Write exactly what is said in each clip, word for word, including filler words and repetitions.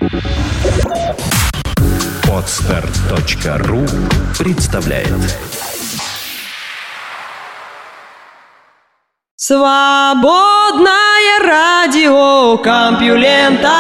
Подстар точка ру представляет. Свободное радио Компьюлента.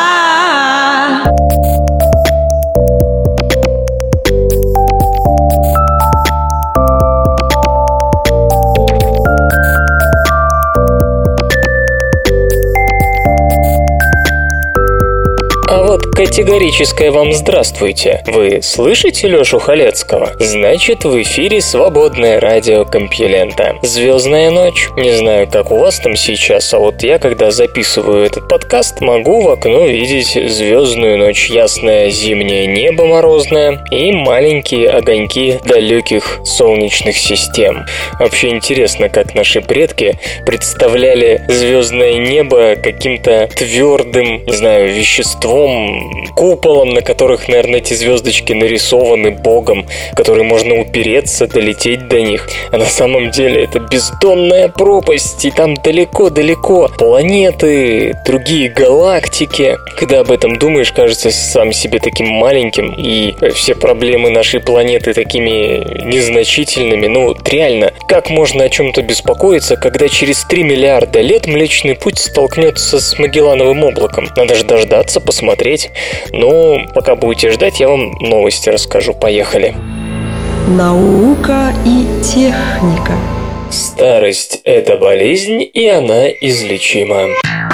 А вот категорическое вам здравствуйте. Вы слышите Лёшу Халецкого? Значит, в эфире свободное радио Компьюлента. Звездная ночь. Не знаю, как у вас там сейчас, а вот я, когда записываю этот подкаст, могу в окно видеть звездную ночь, ясное зимнее небо морозное и маленькие огоньки далеких солнечных систем. Вообще интересно, как наши предки представляли звездное небо каким-то твердым, не знаю, веществом, куполом, на которых, наверное, эти звездочки нарисованы Богом, в который можно упереться, долететь до них. А на самом деле это бездонная пропасть, и там далеко-далеко планеты, другие галактики. Когда об этом думаешь, кажется сам себе таким маленьким, и все проблемы нашей планеты такими незначительными. Ну, вот реально, как можно о чем-то беспокоиться, когда через три миллиарда лет Млечный Путь столкнется с Магеллановым облаком? Надо же дождаться, посмотреть. Ну, пока будете ждать, я вам новости расскажу. Поехали. Наука и техника. Старость – это болезнь, и она излечима.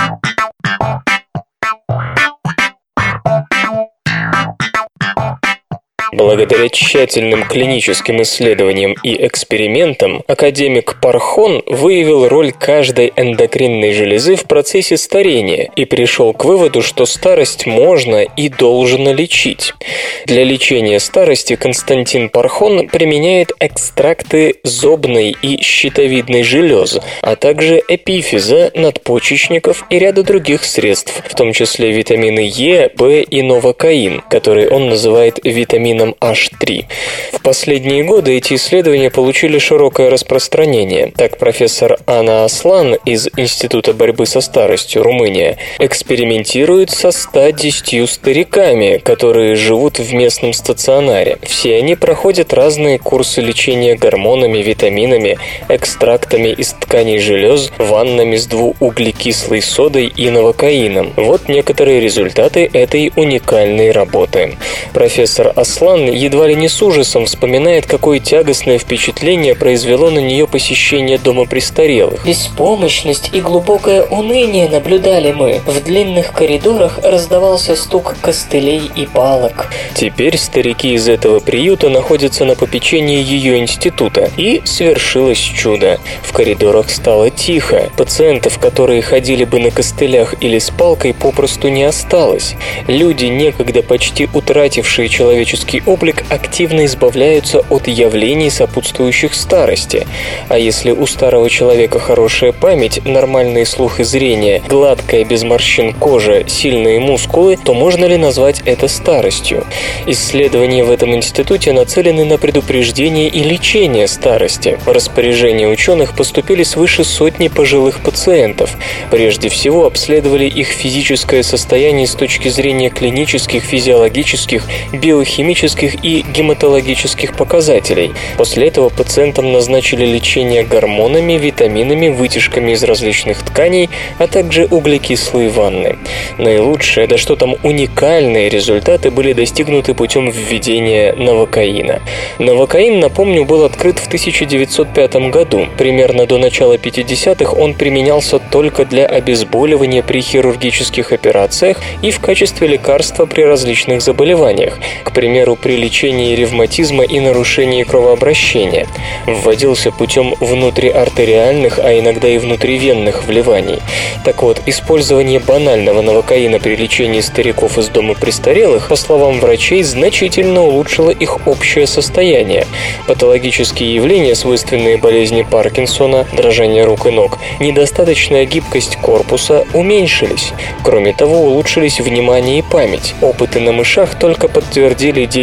Благодаря тщательным клиническим исследованиям и экспериментам академик Пархон выявил роль каждой эндокринной железы в процессе старения и пришел к выводу, что старость можно и должно лечить. Для лечения старости Константин Пархон применяет экстракты зобной и щитовидной желез, а также эпифиза, надпочечников и ряда других средств, в том числе витамины Е, В и новокаин, который он называет витамином эйч три. В последние годы эти исследования получили широкое распространение. Так, профессор Анна Аслан из Института борьбы со старостью, Румыния, экспериментирует со ста десятью стариками, которые живут в местном стационаре. Все они проходят разные курсы лечения гормонами, витаминами, экстрактами из тканей желез, ваннами с двууглекислой содой и новокаином. Вот некоторые результаты этой уникальной работы. Профессор Аслан едва ли не с ужасом вспоминает, какое тягостное впечатление произвело на нее посещение дома престарелых. Беспомощность и глубокое уныние наблюдали мы. В длинных коридорах раздавался стук костылей и палок. Теперь старики из этого приюта находятся на попечении ее института. И свершилось чудо. В коридорах стало тихо. Пациентов, которые ходили бы на костылях или с палкой, попросту не осталось. Люди, некогда почти утратившие человеческий облик, активно избавляются от явлений, сопутствующих старости. А если у старого человека хорошая память, нормальный слух и зрение, гладкая без морщин кожа, сильные мускулы, то можно ли назвать это старостью? Исследования в этом институте нацелены на предупреждение и лечение старости. В распоряжение ученых поступили свыше сотни пожилых пациентов. Прежде всего обследовали их физическое состояние с точки зрения клинических, физиологических, биохимических и гематологических показателей. После этого пациентам назначили лечение гормонами, витаминами, вытяжками из различных тканей, а также углекислые ванны. Наилучшие, да что там, уникальные результаты были достигнуты путем введения новокаина. Новокаин, напомню, был открыт в тысяча девятьсот пятом году. Примерно до начала пятидесятых он применялся только для обезболивания при хирургических операциях и в качестве лекарства при различных заболеваниях. К примеру, при лечении ревматизма и нарушении кровообращения. Вводился путем внутриартериальных, а иногда и внутривенных вливаний. Так вот, использование банального новокаина при лечении стариков из дома престарелых, по словам врачей, значительно улучшило их общее состояние. Патологические явления, свойственные болезни Паркинсона, дрожание рук и ног, недостаточная гибкость корпуса уменьшились. Кроме того, улучшились внимание и память. Опыты на мышах только подтвердили действие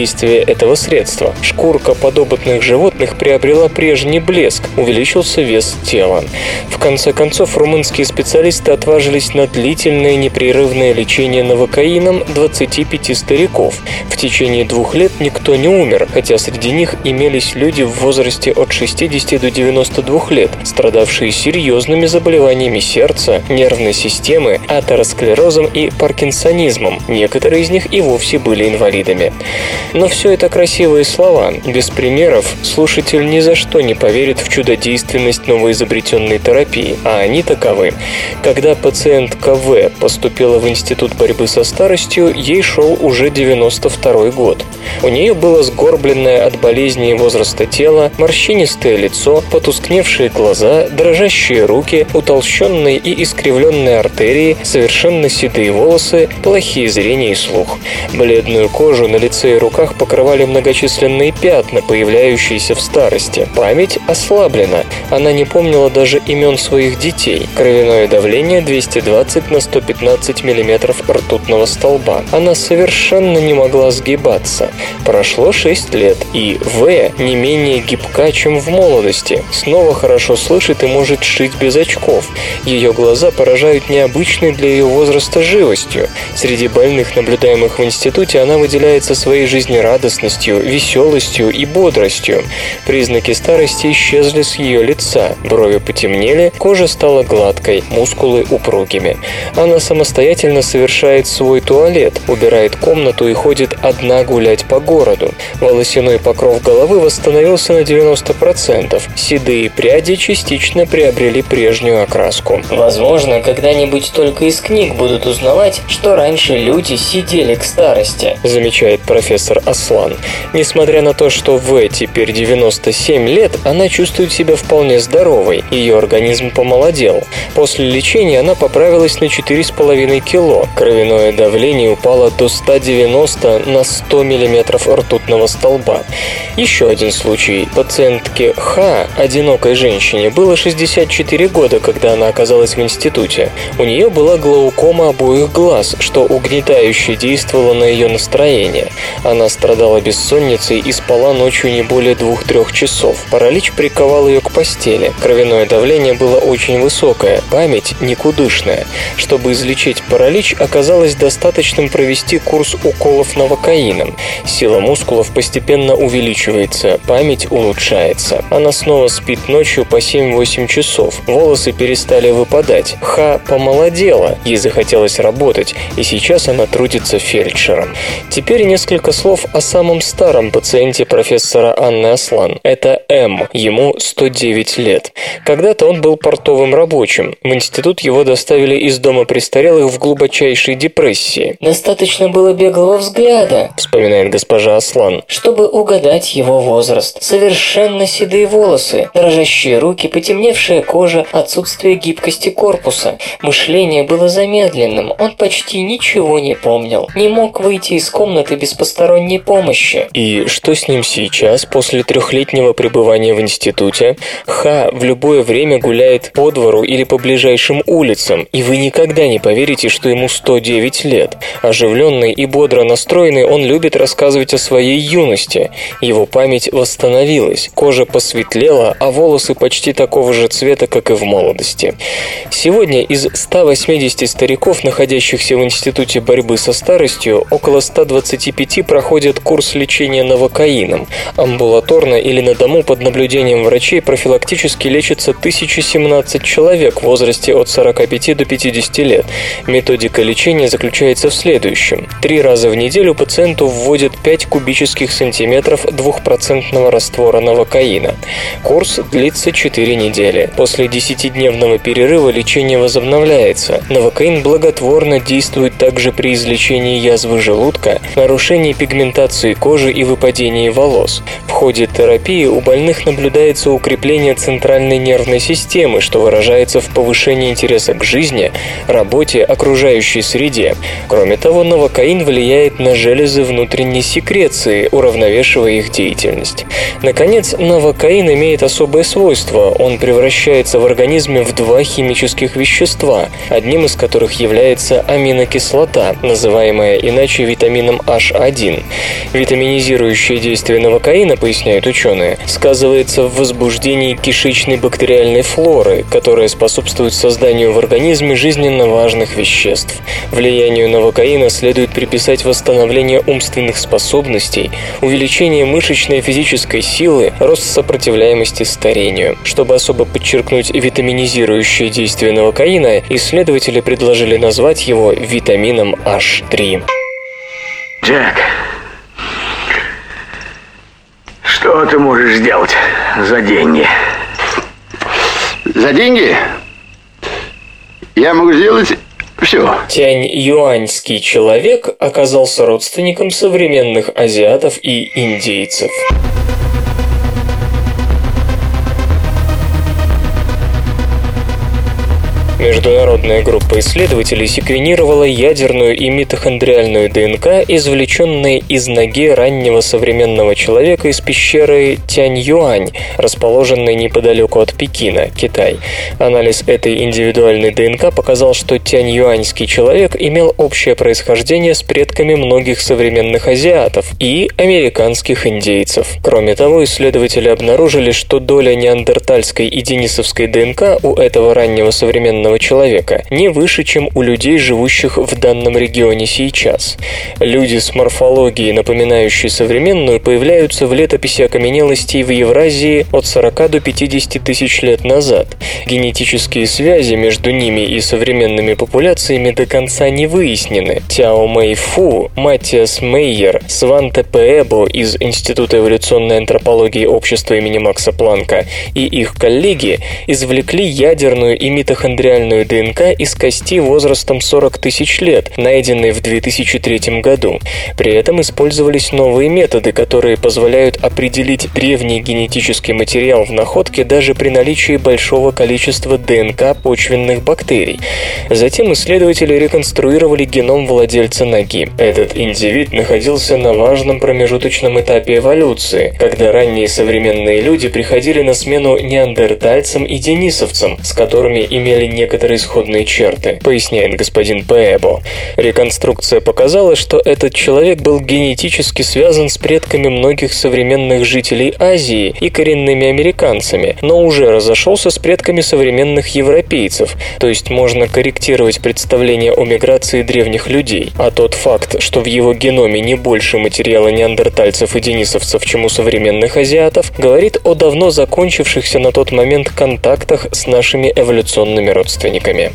действие этого средства. Шкурка подопытных животных приобрела прежний блеск, увеличился вес тела. В конце концов, румынские специалисты отважились на длительное непрерывное лечение новокаином двадцати пяти стариков. В течение двух лет никто не умер, хотя среди них имелись люди в возрасте от шестидесяти до девяноста двух лет, страдавшие серьезными заболеваниями сердца, нервной системы, атеросклерозом и паркинсонизмом. Некоторые из них и вовсе были инвалидами. Но все это красивые слова. Без примеров слушатель ни за что не поверит в чудодейственность новоизобретенной терапии, а они таковы. Когда пациентка В поступила в Институт борьбы со старостью, ей шел уже девяносто второй год. У нее было сгорбленное от болезни и возраста тело, морщинистое лицо, потускневшие глаза, дрожащие руки, утолщенные и искривленные артерии, совершенно седые волосы, плохие зрение и слух. Бледную кожу на лице и руках покрывали многочисленные пятна, появляющиеся в старости. Память ослаблена. Она не помнила даже имен своих детей. Кровяное давление двести двадцать на сто пятнадцать миллиметров ртутного столба. Она совершенно не могла сгибаться. Прошло шесть лет, и В не менее гибка, чем в молодости. Снова хорошо слышит и может шить без очков. Ее глаза поражают необычной для ее возраста живостью. Среди больных, наблюдаемых в институте, она выделяется своей жизнерадостностью, веселостью и бодростью. Признаки старости исчезли с ее лица. Брови потемнели, кожа стала гладкой, мускулы упругими. Она самостоятельно совершает свой туалет, убирает комнату и ходит одна гулять по городу. Волосяной покров головы восстановился на девяносто процентов. Седые пряди частично приобрели прежнюю окраску. Возможно, когда-нибудь только из книг будут узнавать, что раньше люди сидели к старости, замечает профессор Аслан. Несмотря на то, что В теперь девяносто семь лет, она чувствует себя вполне здоровой. Ее организм помолодел. После лечения она поправилась на четыре с половиной кило. Кровяное давление упало до ста девяноста на сто миллиметров ртутного столба. Еще один случай. Пациентке Х, одинокой женщине, было шестьдесят четыре года, когда она оказалась в институте. У нее была глаукома обоих глаз, что угнетающе действовало на ее настроение. Она страдала бессонницей и спала ночью не более двух-трех часов. Паралич приковал ее к постели. Кровяное давление было очень высокое, память никудышная. Чтобы излечить паралич, оказалось достаточным провести курс уколов новокаином. Сила мускулов постепенно увеличивается, память улучшается. Она снова спит ночью по семь-восемь часов. Волосы перестали выпадать. Ха помолодела, ей захотелось работать, и сейчас она трудится фельдшером. Теперь несколько слов о самом старом пациенте профессора Анны Аслан. Это М, ему сто девять лет. Когда-то он был портовым рабочим. В институт его доставили из дома престарелых в глубочайшей депрессии. «Достаточно было беглого взгляда», — вспоминает госпожа Аслан, чтобы угадать его возраст. Совершенно седые волосы, дрожащие руки, потемневшая кожа, отсутствие гибкости корпуса. Мышление было замедленным, он почти ничего не помнил. Не мог выйти из комнаты без посторонней помощи. И что с ним сейчас, после трехлетнего пребывания в институте? Ха в любое время гуляет по двору или по ближайшим улицам, и вы никогда не поверите, что ему сто девять лет. Оживленный и бодро настроенный, он любит рассказывать о своей юности. Его память восстановилась, кожа посветлела, а волосы почти такого же цвета, как и в молодости. Сегодня из ста восьмидесяти стариков, находящихся в Институте борьбы со старостью, около ста двадцати пяти проходят курс лечения новокаином. Амбулаторно или на дому под наблюдением врачей профилактически лечится тысяча семнадцать человек в возрасте от сорока пяти до пятидесяти лет. Методика лечения заключается в следующем. Три раза в неделю пациенту вводят пять кубических сантиметров двухпроцентного раствора новокаина. Курс длится четыре недели. После десятидневного перерыва лечение возобновляется. Новокаин благотворно действует также при излечении язвы желудка, нарушении пигментации кожи и выпадении волос. В ходе терапии у больных наблюдается укрепление центральной нервной системы, что выражается в повышении интереса к жизни, работе, окружающей среде. Кроме того, новокаин влияет на железы внутренней секреции, уравновешивая их деятельность. Наконец, новокаин имеет особое свойство. Он превращается в организме в два химических вещества, одним из которых является аминокислота, называемая иначе витамином эйч один. Витаминизирующее действие новокаина, поясняют ученые, сказывается в возбуждении кишечной бактериальной флоры, которая способствует созданию в организме жизненно важных веществ. Влиянию новокаина следует приписать восстановление умственных способностей, увеличение мышечной и физической силы, рост сопротивляемости старению. Чтобы особо подчеркнуть витаминизирующее действие новокаина, исследователи предложили назвать его витамином эйч три. Джек, что ты можешь сделать за деньги? За деньги? Я могу сделать все. Тянь-юаньский человек оказался родственником современных азиатов и индейцев. Международная группа исследователей секвенировала ядерную и митохондриальную ДНК, извлеченные из ноги раннего современного человека из пещеры Тянь-Юань, расположенной неподалеку от Пекина, Китай. Анализ этой индивидуальной ДНК показал, что тянь-юаньский человек имел общее происхождение с предками многих современных азиатов и американских индейцев. Кроме того, исследователи обнаружили, что доля неандертальской и денисовской ДНК у этого раннего современного человека не выше, чем у людей, живущих в данном регионе сейчас. Люди с морфологией, напоминающей современную, появляются в летописи окаменелостей в Евразии от сорока до пятидесяти тысяч лет назад. Генетические связи между ними и современными популяциями до конца не выяснены. Тяо Мэй Фу, Маттиас Мейер, Сванте Пеэбо из Института эволюционной антропологии общества имени Макса Планка и их коллеги извлекли ядерную и митохондриальную ДНК из кости возрастом сорок тысяч лет, найденной в две тысячи третьем году. При этом использовались новые методы, которые позволяют определить древний генетический материал в находке даже при наличии большого количества ДНК почвенных бактерий. Затем исследователи реконструировали геном владельца ноги. Этот индивид находился на важном промежуточном этапе эволюции, когда ранние современные люди приходили на смену неандертальцам и денисовцам, с которыми имели некоторые исходные черты, поясняет господин Пеэбо. Реконструкция показала, что этот человек был генетически связан с предками многих современных жителей Азии и коренными американцами, но уже разошелся с предками современных европейцев, то есть можно корректировать представление о миграции древних людей. А тот факт, что в его геноме не больше материала неандертальцев и денисовцев, чем у современных азиатов, говорит о давно закончившихся на тот момент контактах с нашими эволюционными родственниками.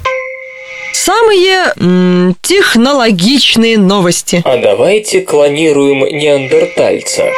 Самые м- технологичные новости. А давайте клонируем неандертальца.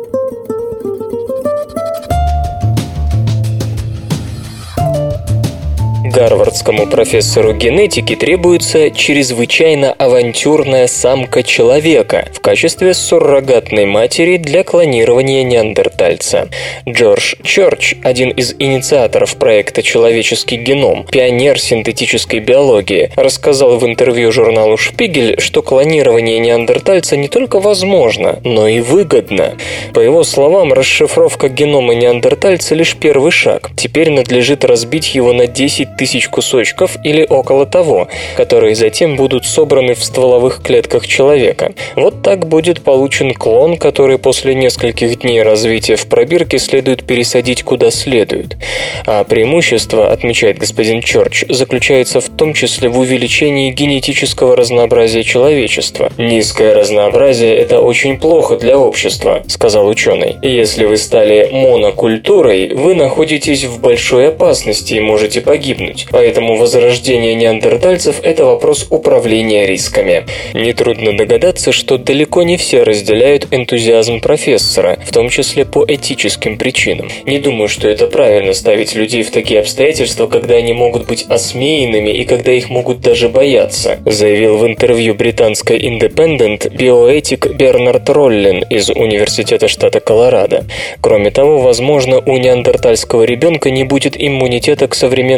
Гарвардскому профессору генетики требуется чрезвычайно авантюрная самка человека в качестве суррогатной матери для клонирования неандертальца. Джордж Чёрч, один из инициаторов проекта «Человеческий геном», пионер синтетической биологии, рассказал в интервью журналу «Шпигель», что клонирование неандертальца не только возможно, но и выгодно. По его словам, расшифровка генома неандертальца лишь первый шаг. Теперь надлежит разбить его на десять тысяч кусочков или около того, которые затем будут собраны в стволовых клетках человека. Вот так будет получен клон, который после нескольких дней развития в пробирке следует пересадить куда следует. А преимущество, отмечает господин Чёрч, заключается в том числе в увеличении генетического разнообразия человечества. «Низкое разнообразие – это очень плохо для общества», – сказал ученый. «Если вы стали монокультурой, вы находитесь в большой опасности и можете погибнуть. Поэтому возрождение неандертальцев – это вопрос управления рисками». Нетрудно догадаться, что далеко не все разделяют энтузиазм профессора, в том числе по этическим причинам. Не думаю, что это правильно ставить людей в такие обстоятельства, когда они могут быть осмеянными и когда их могут даже бояться, заявил в интервью британской Independent биоэтик Бернард Роллин из Университета штата Колорадо. Кроме того, возможно, у неандертальского ребенка не будет иммунитета к современным инфекциям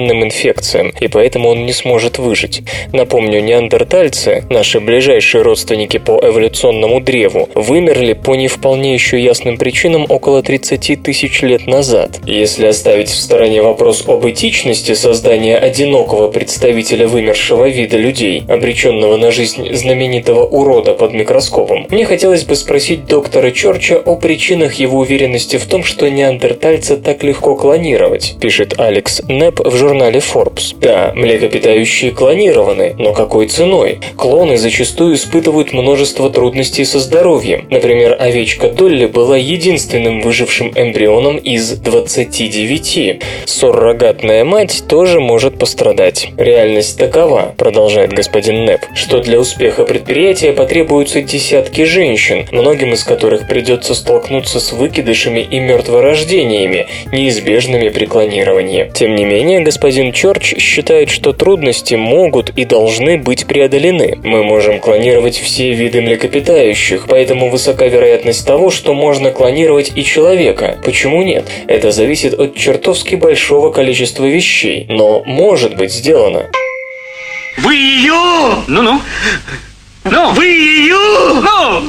инфекциям, и поэтому он не сможет выжить. Напомню, неандертальцы, наши ближайшие родственники по эволюционному древу, вымерли по не вполне еще ясным причинам около тридцать тысяч лет назад. Если оставить в стороне вопрос об этичности создания одинокого представителя вымершего вида людей, обреченного на жизнь знаменитого урода под микроскопом, мне хотелось бы спросить доктора Чорча о причинах его уверенности в том, что неандертальца так легко клонировать, пишет Алекс Непп в журнале Forbes. Да, млекопитающие клонированы, но какой ценой? Клоны зачастую испытывают множество трудностей со здоровьем. Например, овечка Долли была единственным выжившим эмбрионом из двадцати девяти. Суррогатная мать тоже может пострадать. Реальность такова, продолжает господин Непп, что для успеха предприятия потребуются десятки женщин, многим из которых придется столкнуться с выкидышами и мертворождениями, неизбежными при клонировании. Тем не менее, господин Чорч считает, что трудности могут и должны быть преодолены. Мы можем клонировать все виды млекопитающих, поэтому высока вероятность того, что можно клонировать и человека. Почему нет? Это зависит от чертовски большого количества вещей, но может быть сделано. Вы ее! Ну-ну! Ну, вы ее! Ну!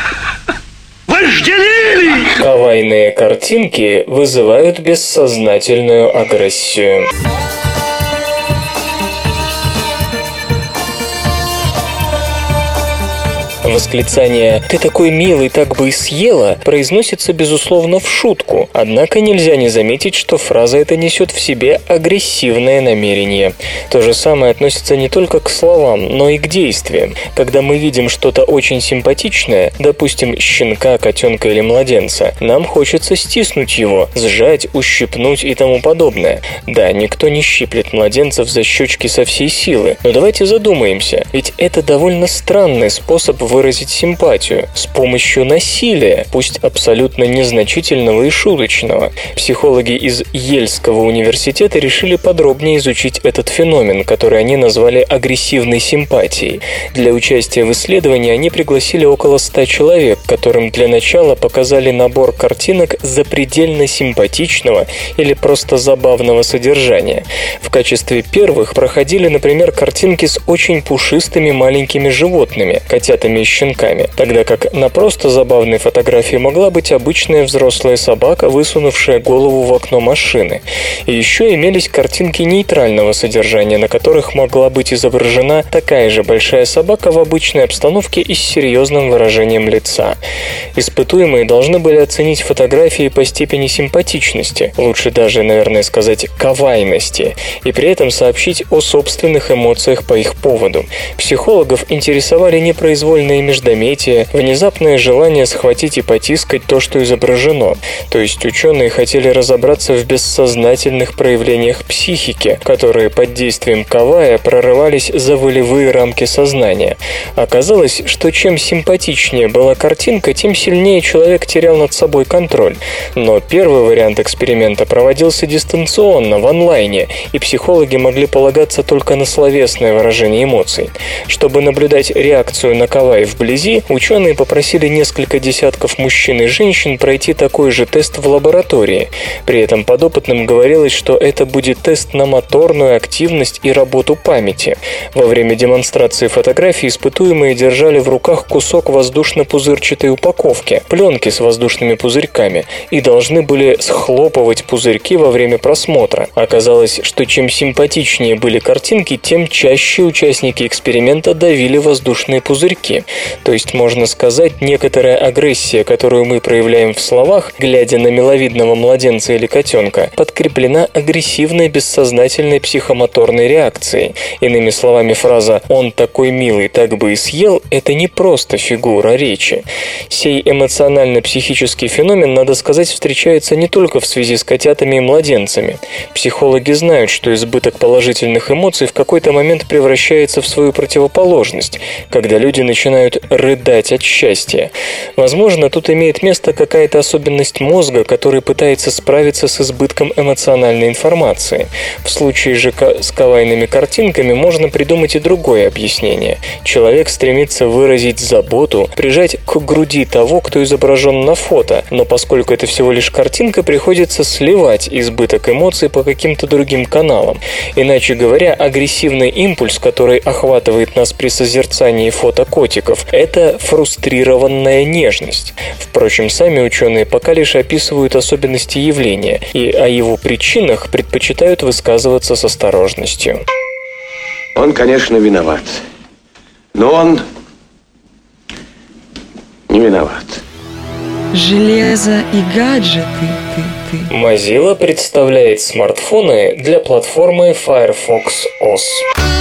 Вожделели! Кавайные картинки вызывают бессознательную агрессию. Восклицание «ты такой милый, так бы и съела» произносится, безусловно, в шутку, однако нельзя не заметить, что фраза эта несет в себе агрессивное намерение. То же самое относится не только к словам, но и к действиям. Когда мы видим что-то очень симпатичное, допустим, щенка, котенка или младенца, нам хочется стиснуть его, сжать, ущипнуть и тому подобное. Да, никто не щиплет младенцев за щечки со всей силы, но давайте задумаемся, ведь это довольно странный способ выразить симпатию с помощью насилия, пусть абсолютно незначительного и шуточного. Психологи из Йельского университета решили подробнее изучить этот феномен, который они назвали агрессивной симпатией. Для участия в исследовании они пригласили около ста человек, которым для начала показали набор картинок запредельно симпатичного или просто забавного содержания. В качестве первых проходили, например, картинки с очень пушистыми маленькими животными, котятами и щенками, тогда как на просто забавной фотографии могла быть обычная взрослая собака, высунувшая голову в окно машины. И еще имелись картинки нейтрального содержания, на которых могла быть изображена такая же большая собака в обычной обстановке и с серьезным выражением лица. Испытуемые должны были оценить фотографии по степени симпатичности, лучше даже, наверное, сказать, кавайности, и при этом сообщить о собственных эмоциях по их поводу. Психологов интересовали непроизвольные междометия, внезапное желание схватить и потискать то, что изображено. То есть ученые хотели разобраться в бессознательных проявлениях психики, которые под действием кавая прорывались за волевые рамки сознания. Оказалось, что чем симпатичнее была картинка, тем сильнее человек терял над собой контроль. Но первый вариант эксперимента проводился дистанционно, в онлайне, и психологи могли полагаться только на словесное выражение эмоций. Чтобы наблюдать реакцию на кавай вблизи, ученые попросили несколько десятков мужчин и женщин пройти такой же тест в лаборатории. При этом подопытным говорилось, что это будет тест на моторную активность и работу памяти. Во время демонстрации фотографий испытуемые держали в руках кусок воздушно-пузырчатой упаковки, пленки с воздушными пузырьками, и должны были схлопывать пузырьки во время просмотра. Оказалось, что чем симпатичнее были картинки, тем чаще участники эксперимента давили воздушные пузырьки. То есть, можно сказать, некоторая агрессия, которую мы проявляем в словах, глядя на миловидного младенца или котенка, подкреплена агрессивной бессознательной психомоторной реакцией. Иными словами, фраза «он такой милый, так бы и съел» — это не просто фигура речи. Сей эмоционально-психический феномен, надо сказать, встречается не только в связи с котятами и младенцами. Психологи знают, что избыток положительных эмоций в какой-то момент превращается в свою противоположность, когда люди начинают начинают рыдать от счастья. Возможно, тут имеет место какая-то особенность мозга, который пытается справиться с избытком эмоциональной информации. В случае же с кавайными картинками можно придумать и другое объяснение. Человек стремится выразить заботу, прижать к груди того, кто изображен на фото, но поскольку это всего лишь картинка, приходится сливать избыток эмоций по каким-то другим каналам. Иначе говоря, агрессивный импульс, который охватывает нас при созерцании фото котиков, это фрустрированная нежность. Впрочем, сами ученые пока лишь описывают особенности явления, и о его причинах предпочитают высказываться с осторожностью. Он, конечно, виноват. Но он не виноват. Железо и гаджеты, ты, ты. Mozilla представляет смартфоны для платформы Firefox о эс.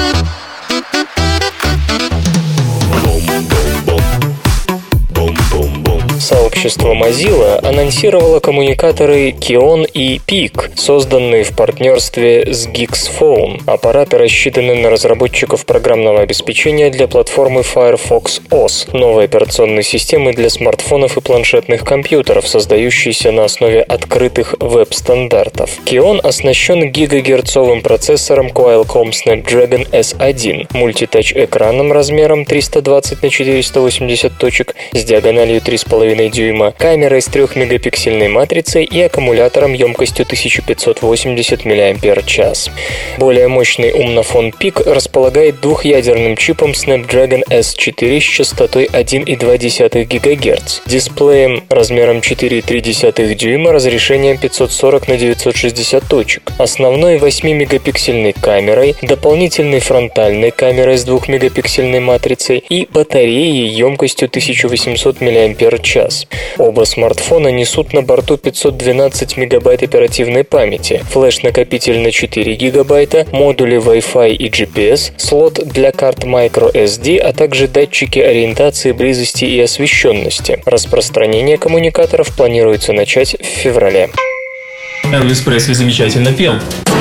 Сообщество Mozilla анонсировало коммуникаторы Kion и Peak, созданные в партнерстве с Geeksphone. Аппараты рассчитаны на разработчиков программного обеспечения для платформы Firefox о эс, новой операционной системы для смартфонов и планшетных компьютеров, создающейся на основе открытых веб-стандартов. Kion оснащен гигагерцовым процессором Qualcomm Snapdragon эс один, мультитач-экраном размером триста двадцать на четыреста восемьдесят точек с диагональю три с половиной дюйма, камерой с трехмегапиксельной матрицей и аккумулятором емкостью тысяча пятьсот восемьдесят мАч. Более мощный умнофон Peak располагает двухъядерным чипом Snapdragon эс четыре с частотой один и два десятых гигагерца, дисплеем размером четыре и три десятых дюйма, разрешением пятьсот сорок на девятьсот шестьдесят точек, основной восьмимегапиксельной камерой, дополнительной фронтальной камерой с двухмегапиксельной матрицей и батареей емкостью тысяча восемьсот мАч. Оба смартфона несут на борту пятьсот двенадцать мегабайт оперативной памяти, флеш-накопитель на четыре гигабайта, модули Wi-Fi и джи пи эс, слот для карт microSD, а также датчики ориентации, близости и освещенности. Распространение коммуникаторов планируется начать в феврале. Элвис Пресли замечательно пел.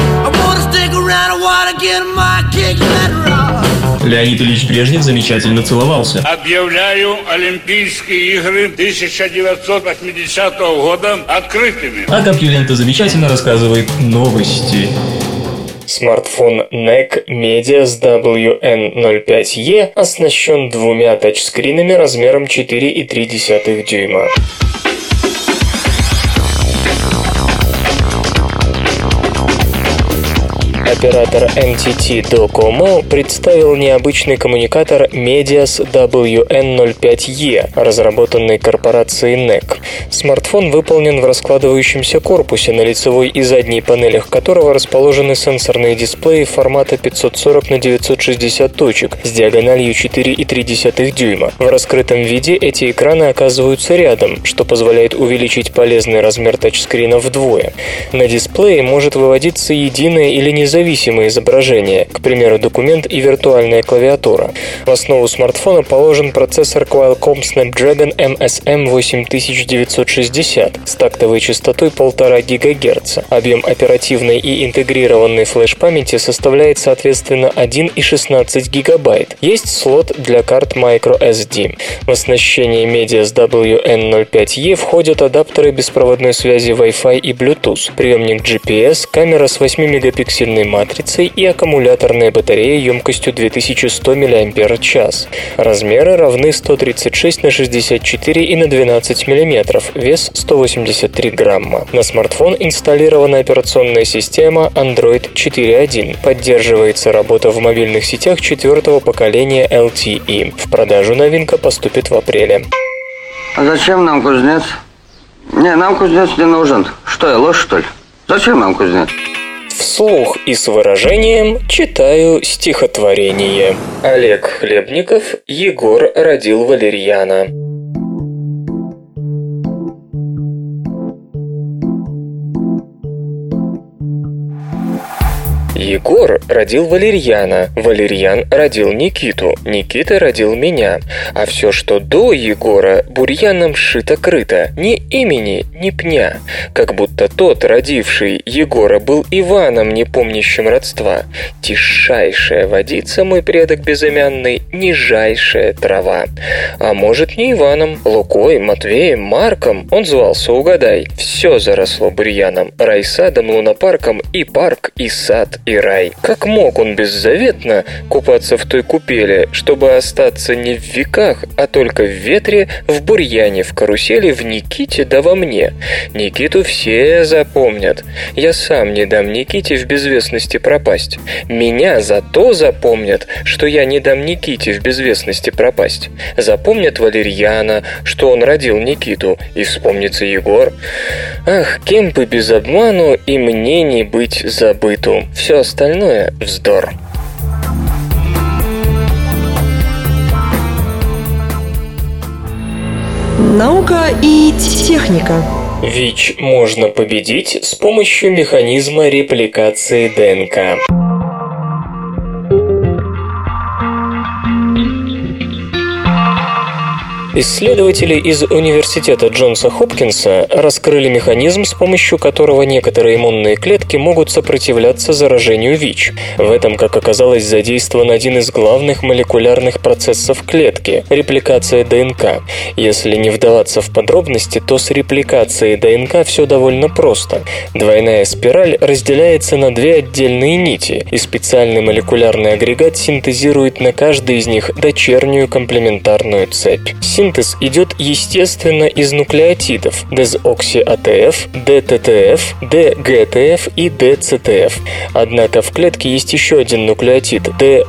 Леонид Ильич Брежнев замечательно целовался. Объявляю Олимпийские игры тысяча девятьсот восьмидесятого года открытыми. А Капьюлента замечательно рассказывает новости. Смартфон эн и си Medias дабл ю эн ноль пять и оснащен двумя тачскринами размером четыре и три десятых дюйма. Оператор эн ти ти Docomo представил необычный коммуникатор Medias дабл ю эн ноль пять и, разработанный корпорацией эн и си. Смартфон выполнен в раскладывающемся корпусе, на лицевой и задней панелях которого расположены сенсорные дисплеи формата пятьсот сорок на девятьсот шестьдесят точек с диагональю четыре и три десятых дюйма. В раскрытом виде эти экраны оказываются рядом, что позволяет увеличить полезный размер тачскрина вдвое. На дисплее может выводиться единое или независимое Зависимые изображения, к примеру, документ и виртуальная клавиатура. В основу смартфона положен процессор Qualcomm Snapdragon эм эс эм восемь тысяч девятьсот шестьдесят с тактовой частотой полтора гигагерца. Объем оперативной и интегрированной флеш-памяти составляет соответственно один и шестнадцать гигабайт. Есть слот для карт microSD. В оснащение Medias дабл ю эн ноль пять и входят адаптеры беспроводной связи Wi-Fi и Bluetooth, приемник джи пи эс, камера с восьмимегапиксельной матрицей и аккумуляторная батарея емкостью две тысячи сто мАч. Размеры равны сто тридцать шесть на шестьдесят четыре и на двенадцать миллиметров, вес сто восемьдесят три грамма. На смартфон инсталлирована операционная система Android четыре точка один. Поддерживается работа в мобильных сетях четвертого поколения эл ти и. В продажу новинка поступит в апреле. А зачем нам кузнец? Не, нам кузнец не нужен. Что, я ложь, что ли? Зачем нам кузнец? Вслух и с выражением читаю стихотворение. Олег Хлебников, Егор родил валерьяна. Егор родил Валерьяна, Валерьян родил Никиту, Никита родил меня. А все, что до Егора, бурьяном шито-крыто, ни имени, ни пня. Как будто тот, родивший Егора, был Иваном, не помнящим родства. Тишайшая водица, мой предок безымянный, нижайшая трава. А может, не Иваном, Лукой, Матвеем, Марком, он звался, угадай. Все заросло бурьяном, райсадом, лунопарком, и парк, и сад, и рай. Как мог он беззаветно купаться в той купели, чтобы остаться не в веках, а только в ветре, в бурьяне, в карусели, в Никите да во мне? Никиту все запомнят. Я сам не дам Никите в безвестности пропасть. Меня зато запомнят, что я не дам Никите в безвестности пропасть. Запомнят Валерьяна, что он родил Никиту, и вспомнится Егор. Ах, кем бы без обману и мне не быть забыту. Все остальное — вздор. Наука и техника. ВИЧ можно победить с помощью механизма репликации ДНК. Исследователи из университета Джонса Хопкинса раскрыли механизм, с помощью которого некоторые иммунные клетки могут сопротивляться заражению ВИЧ. В этом, как оказалось, задействован один из главных молекулярных процессов клетки – репликация ДНК. Если не вдаваться в подробности, то с репликацией ДНК все довольно просто. Двойная спираль разделяется на две отдельные нити, и специальный молекулярный агрегат синтезирует на каждой из них дочернюю комплементарную цепь. Синтез идет естественно из нуклеотидов дезокси-АТФ, ДТТФ, ДГТФ и ДЦТФ. Однако в клетке есть еще один нуклеотид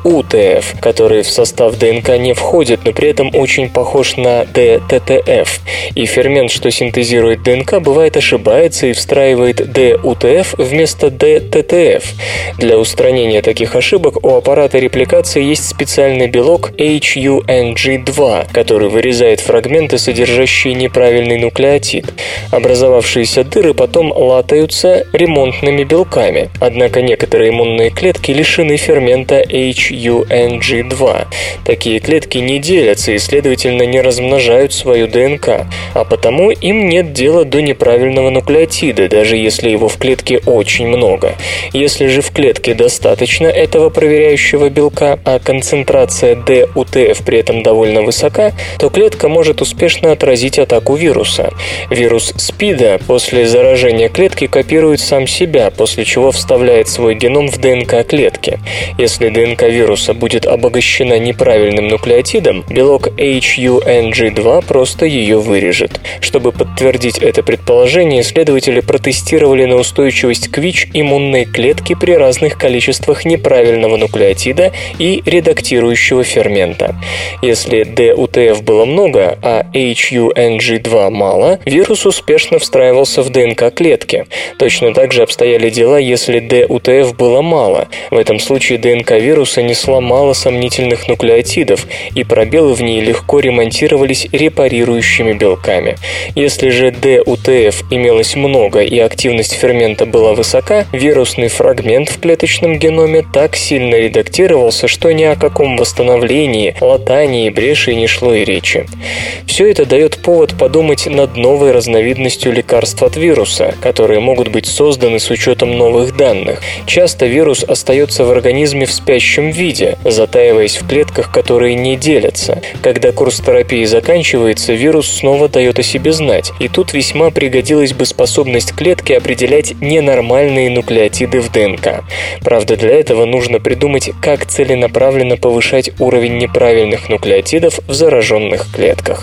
ДУТФ, который в состав ДНК не входит, но при этом очень похож на ДТТФ. И фермент, что синтезирует ДНК, бывает ошибается и встраивает ДУТФ вместо ДТТФ. Для устранения таких ошибок у аппарата репликации есть специальный белок эйч ю эн джи два, который вырезает фрагменты, содержащие неправильный нуклеотид. Образовавшиеся дыры потом латаются ремонтными белками. Однако некоторые иммунные клетки лишены фермента эйч ю эн джи два. Такие клетки не делятся и, следовательно, не размножают свою ДНК, а потому им нет дела до неправильного нуклеотида, даже если его в клетке очень много. Если же в клетке достаточно этого проверяющего белка, а концентрация ДУТФ при этом довольно высока, то клетка может успешно отразить атаку вируса. Вирус СПИДа после заражения клетки копирует сам себя, после чего вставляет свой геном в ДНК клетки. Если ДНК вируса будет обогащена неправильным нуклеотидом, белок эйч ю эн джи два просто ее вырежет. Чтобы подтвердить это предположение, исследователи протестировали на устойчивость к ВИЧ иммунные клетки при разных количествах неправильного нуклеотида и редактирующего фермента. Если ДУТФ было много, а эйч ю эн джи два мало, вирус успешно встраивался в ДНК клетки. Точно так же обстояли дела, если ДУТФ было мало. В этом случае ДНК вируса несла мало сомнительных нуклеотидов, и пробелы в ней легко ремонтировались репарирующими белками. Если же ДУТФ имелось много и активность фермента была высока, вирусный фрагмент в клеточном геноме так сильно редактировался, что ни о каком восстановлении, латании, бреши не шло и речи. Все это дает повод подумать над новой разновидностью лекарств от вируса, которые могут быть созданы с учетом новых данных. Часто вирус остается в организме в спящем виде, затаиваясь в клетках, которые не делятся. Когда курс терапии заканчивается, вирус снова дает о себе знать, и тут весьма пригодилась бы способность клетки определять ненормальные нуклеотиды в ДНК. Правда, для этого нужно придумать, как целенаправленно повышать уровень неправильных нуклеотидов в зараженных клетках.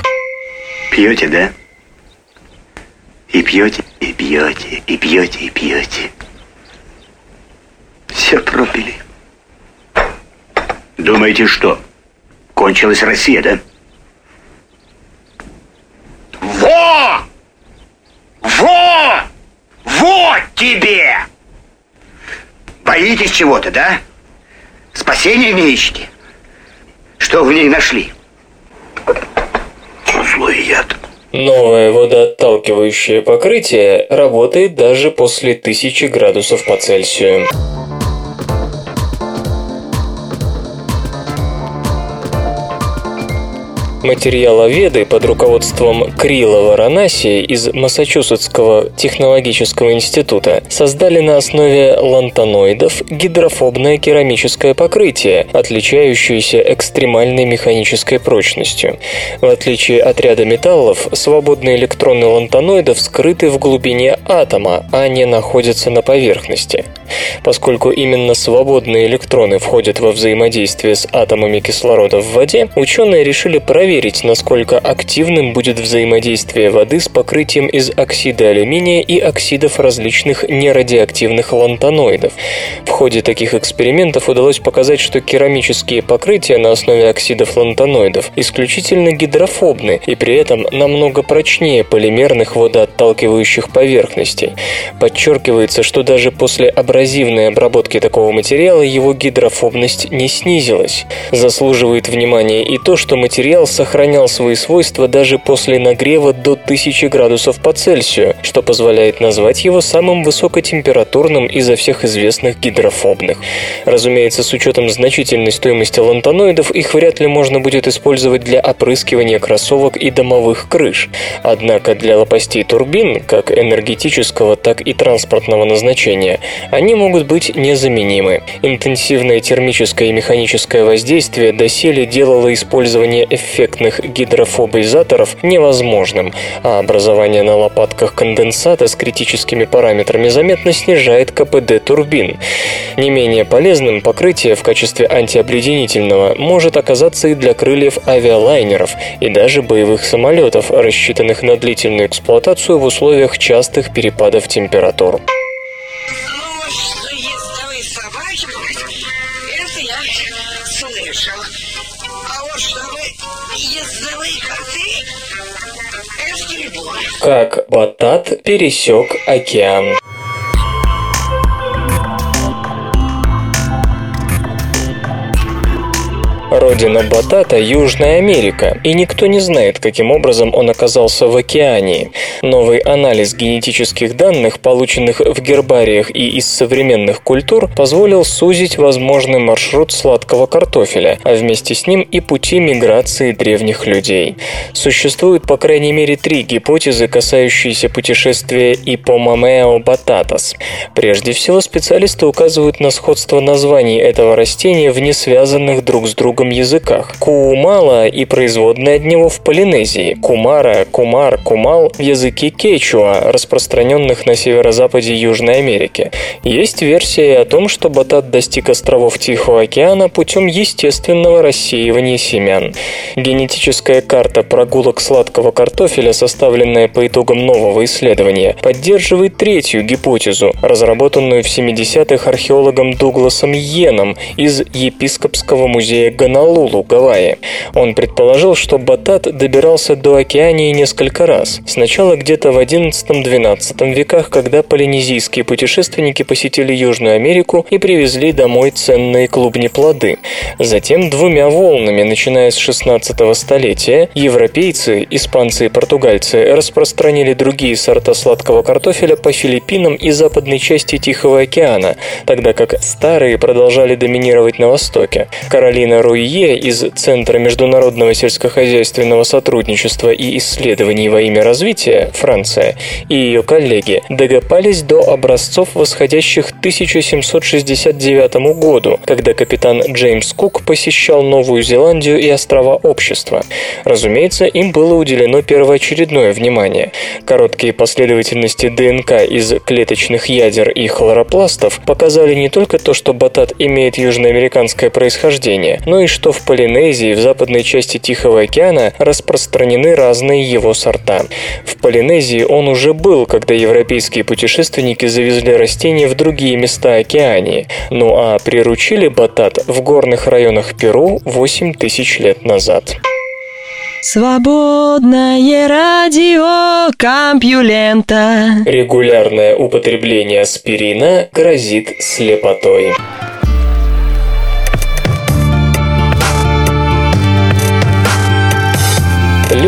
Пьете, да? И пьете, и пьете, и пьете, и пьете. Все пропили. Думаете, что? Кончилась Россия, да? Во! Во! Вот тебе! Боитесь чего-то, да? Спасения не ищете? Что в ней нашли? Злой яд. Новое водоотталкивающее покрытие работает даже после тысячи градусов по Цельсию. Материаловеды под руководством Крила Варанаси из Массачусетского технологического института создали на основе лантаноидов гидрофобное керамическое покрытие, отличающееся экстремальной механической прочностью. В отличие от ряда металлов, свободные электроны лантаноидов скрыты в глубине атома, а не находятся на поверхности. Поскольку именно свободные электроны входят во взаимодействие с атомами кислорода в воде, ученые решили проверить, насколько активным будет взаимодействие воды с покрытием из оксида алюминия и оксидов различных нерадиоактивных лантаноидов. В ходе таких экспериментов удалось показать, что керамические покрытия на основе оксидов лантаноидов исключительно гидрофобны и при этом намного прочнее полимерных водоотталкивающих поверхностей. Подчеркивается, что даже после абразивной обработки такого материала его гидрофобность не снизилась. Заслуживает внимания и то, что материал сохранял свои свойства даже после нагрева до тысячи градусов по Цельсию, что позволяет назвать его самым высокотемпературным изо всех известных гидрофобных. Разумеется, с учетом значительной стоимости лантаноидов, их вряд ли можно будет использовать для опрыскивания кроссовок и домовых крыш. Однако для лопастей турбин, как энергетического, так и транспортного назначения, они могут быть незаменимы. Интенсивное термическое и механическое воздействие доселе делало использование эффектных гидрофобизаторов невозможным, а образование на лопатках конденсата с критическими параметрами заметно снижает КПД турбин. Не менее полезным покрытие в качестве антиобледенительного может оказаться и для крыльев авиалайнеров и даже боевых самолетов, рассчитанных на длительную эксплуатацию в условиях частых перепадов температур. Как батат пересек океан. Родина батата – Южная Америка, и никто не знает, каким образом он оказался в Океании. Новый анализ генетических данных, полученных в гербариях и из современных культур, позволил сузить возможный маршрут сладкого картофеля, а вместе с ним и пути миграции древних людей. Существует по крайней мере три гипотезы, касающиеся путешествия Ипомамео бататас. Прежде всего, специалисты указывают на сходство названий этого растения в несвязанных друг с другом языках. Куумала и производные от него в Полинезии. Кумара, Кумар, Кумал в языке кечуа, распространенных на северо-западе Южной Америки. Есть версия о том, что батат достиг островов Тихого океана путем естественного рассеивания семян. Генетическая карта прогулок сладкого картофеля, составленная по итогам нового исследования, поддерживает третью гипотезу, разработанную в семидесятых археологом Дугласом Йеном из Епископского музея Гонолулу, Гавайи. Он предположил, что батат добирался до Океании несколько раз. Сначала где-то в одиннадцатом-двенадцатом веках, когда полинезийские путешественники посетили Южную Америку и привезли домой ценные клубни-плоды. Затем двумя волнами, начиная с шестнадцатого столетия, европейцы, испанцы и португальцы распространили другие сорта сладкого картофеля по Филиппинам и западной части Тихого океана, тогда как старые продолжали доминировать на Востоке. Каролина Руйе из Центра международного сельскохозяйственного сотрудничества и исследований во имя развития, Франция, и ее коллеги докопались до образцов, восходящих к тысяча семьсот шестьдесят девятому году, когда капитан Джеймс Кук посещал Новую Зеландию и острова Общества. Разумеется, им было уделено первоочередное внимание. Короткие последовательности ДНК из клеточных ядер и хлоропластов показали не только то, что батат имеет южноамериканское происхождение, но и что в Полинезии, в западной части Тихого океана, распространены разные его сорта. В Полинезии он уже был, когда европейские путешественники завезли растения в другие места Океании, ну а приручили батат в горных районах Перу восемь тысяч лет назад. Свободное радио Компьюлента. Регулярное употребление аспирина грозит слепотой. Люди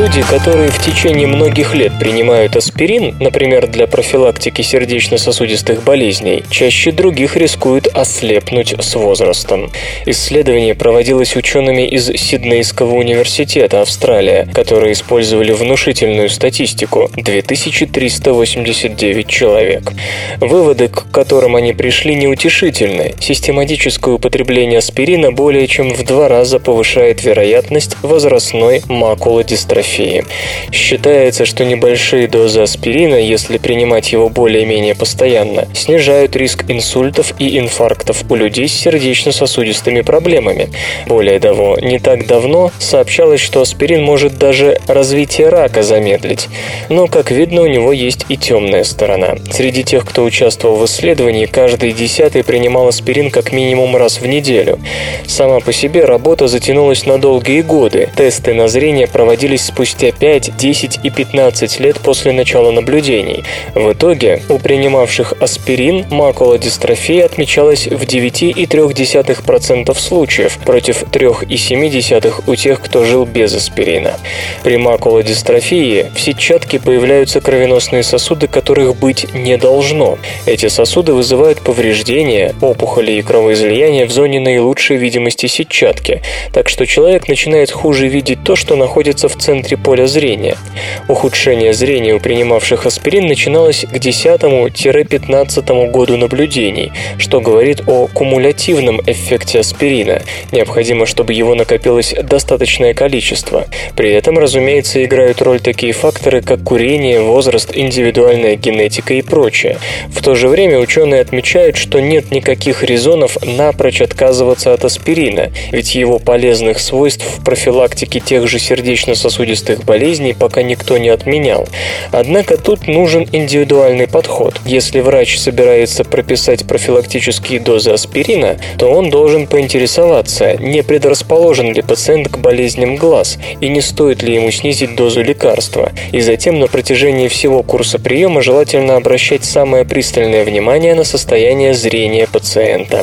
Люди, которые в течение многих лет принимают аспирин, например, для профилактики сердечно-сосудистых болезней, чаще других рискуют ослепнуть с возрастом. Исследование проводилось учеными из Сиднейского университета, Австралия, которые использовали внушительную статистику – две тысячи триста восемьдесят девять человек. Выводы, к которым они пришли, неутешительны. Систематическое употребление аспирина более чем в два раза повышает вероятность возрастной макулодистрофии. Считается, что небольшие дозы аспирина, если принимать его более-менее постоянно, снижают риск инсультов и инфарктов у людей с сердечно-сосудистыми проблемами. Более того, не так давно сообщалось, что аспирин может даже развитие рака замедлить. Но, как видно, у него есть и темная сторона. Среди тех, кто участвовал в исследовании, каждый десятый принимал аспирин как минимум раз в неделю. Сама по себе работа затянулась на долгие годы. Тесты на зрение проводились спустя пять, десять и пятнадцать лет после начала наблюдений. В итоге у принимавших аспирин макулодистрофия отмечалась в девять целых три десятых процента случаев против три целых семь десятых процента у тех, кто жил без аспирина. При макулодистрофии в сетчатке появляются кровеносные сосуды, которых быть не должно. Эти сосуды вызывают повреждения, опухоли и кровоизлияния в зоне наилучшей видимости сетчатки, так что человек начинает хуже видеть то, что находится в центре поля зрения. Ухудшение зрения у принимавших аспирин начиналось к десятому-пятнадцатому году наблюдений, что говорит о кумулятивном эффекте аспирина. Необходимо, чтобы его накопилось достаточное количество. При этом, разумеется, играют роль такие факторы, как курение, возраст, индивидуальная генетика и прочее. В то же время ученые отмечают, что нет никаких резонов напрочь отказываться от аспирина, ведь его полезных свойств в профилактике тех же сердечно-сосудистых болезней пока никто не отменял. Однако тут нужен индивидуальный подход. Если врач собирается прописать профилактические дозы аспирина, то он должен поинтересоваться, не предрасположен ли пациент к болезням глаз и не стоит ли ему снизить дозу лекарства. И затем на протяжении всего курса приема желательно обращать самое пристальное внимание на состояние зрения пациента.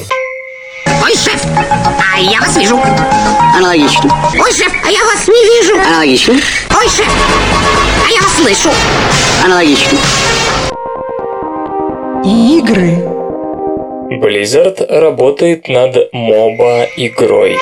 Ой, шеф, а я вас вижу. Аналогично. Ой, шеф, а я вас не вижу. Аналогично. Ой, шеф, а я вас слышу. Аналогично. Игры. Blizzard работает над моба-игрой.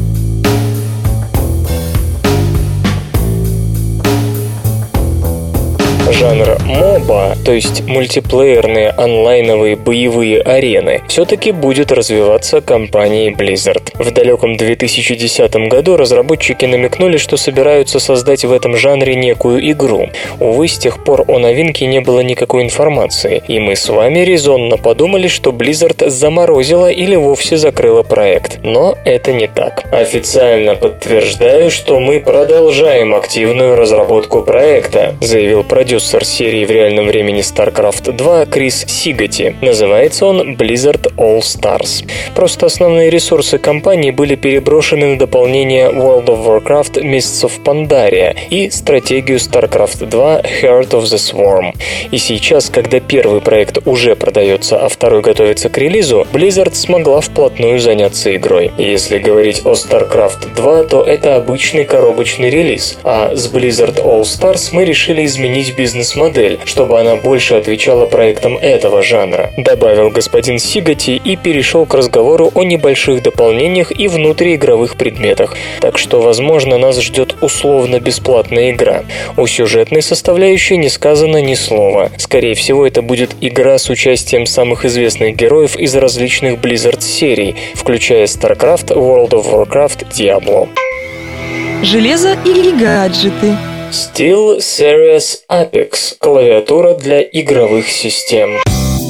Жанр моба, то есть мультиплеерные онлайновые боевые арены, все-таки будет развиваться компанией Blizzard. В далеком две тысячи десятом году разработчики намекнули, что собираются создать в этом жанре некую игру. Увы, с тех пор о новинке не было никакой информации, и мы с вами резонно подумали, что Blizzard заморозила или вовсе закрыла проект. Но это не так. Официально подтверждаю, что мы продолжаем активную разработку проекта, заявил продюсер серии в реальном времени StarCraft два Крис Сигати. Называется он Blizzard All Stars. Просто основные ресурсы компании были переброшены на дополнение World of Warcraft Mists of Pandaria и стратегию StarCraft два Heart of the Swarm. И сейчас, когда первый проект уже продается, а второй готовится к релизу, Blizzard смогла вплотную заняться игрой. Если говорить о StarCraft два, то это обычный коробочный релиз, а с Blizzard All Stars мы решили изменить бизнес-модель, чтобы она больше отвечала проектам этого жанра, добавил господин Сигати и перешел к разговору о небольших дополнениях и внутриигровых предметах, так что, возможно, нас ждет условно-бесплатная игра. О сюжетной составляющей не сказано ни слова. Скорее всего, это будет игра с участием самых известных героев из различных Blizzard серий, включая StarCraft, World of Warcraft, Diablo. Железо и гаджеты. SteelSeries Apex – клавиатура для игровых систем.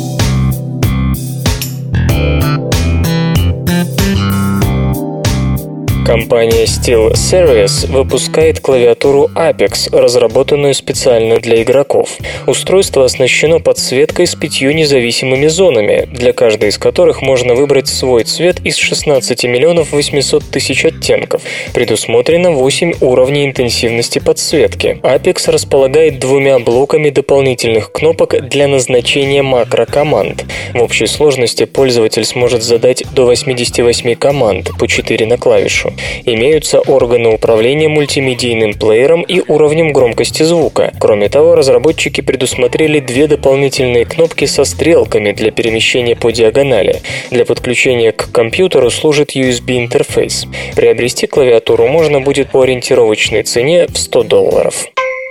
Компания SteelSeries выпускает клавиатуру Apex, разработанную специально для игроков. Устройство оснащено подсветкой с пятью независимыми зонами, для каждой из которых можно выбрать свой цвет из шестнадцати миллионов восьмисот тысяч оттенков. Предусмотрено восемь уровней интенсивности подсветки. Apex располагает двумя блоками дополнительных кнопок для назначения макрокоманд. В общей сложности пользователь сможет задать до восьмидесяти восьми команд, по четыре на клавишу. Имеются органы управления мультимедийным плеером и уровнем громкости звука. Кроме того, разработчики предусмотрели две дополнительные кнопки со стрелками для перемещения по диагонали. Для подключения к компьютеру служит ю эс би-интерфейс. Приобрести клавиатуру можно будет по ориентировочной цене в сто долларов.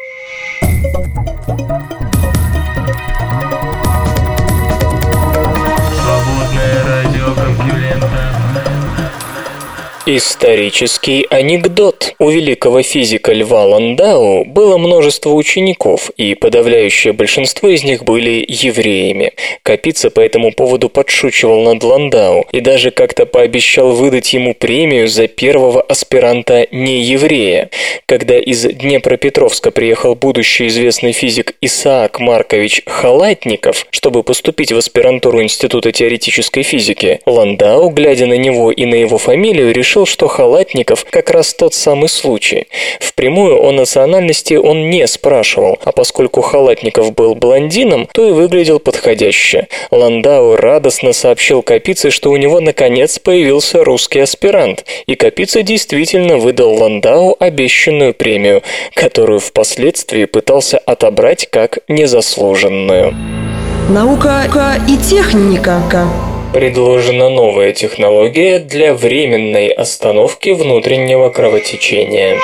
Исторический анекдот. У великого физика Льва Ландау было множество учеников, и подавляющее большинство из них были евреями. Капица по этому поводу подшучивал над Ландау и даже как-то пообещал выдать ему премию за первого аспиранта нееврея. Когда из Днепропетровска приехал будущий известный физик Исаак Маркович Халатников, чтобы поступить в аспирантуру Института теоретической физики, Ландау, глядя на него и на его фамилию, решил, что Халатников как раз тот самый случай. Впрямую о национальности он не спрашивал, а поскольку Халатников был блондином, то и выглядел подходяще. Ландау радостно сообщил Капице, что у него наконец появился русский аспирант, и Капица действительно выдал Ландау обещанную премию, которую впоследствии пытался отобрать как незаслуженную. Наука и техника. Предложена новая технология для временной остановки внутреннего кровотечения.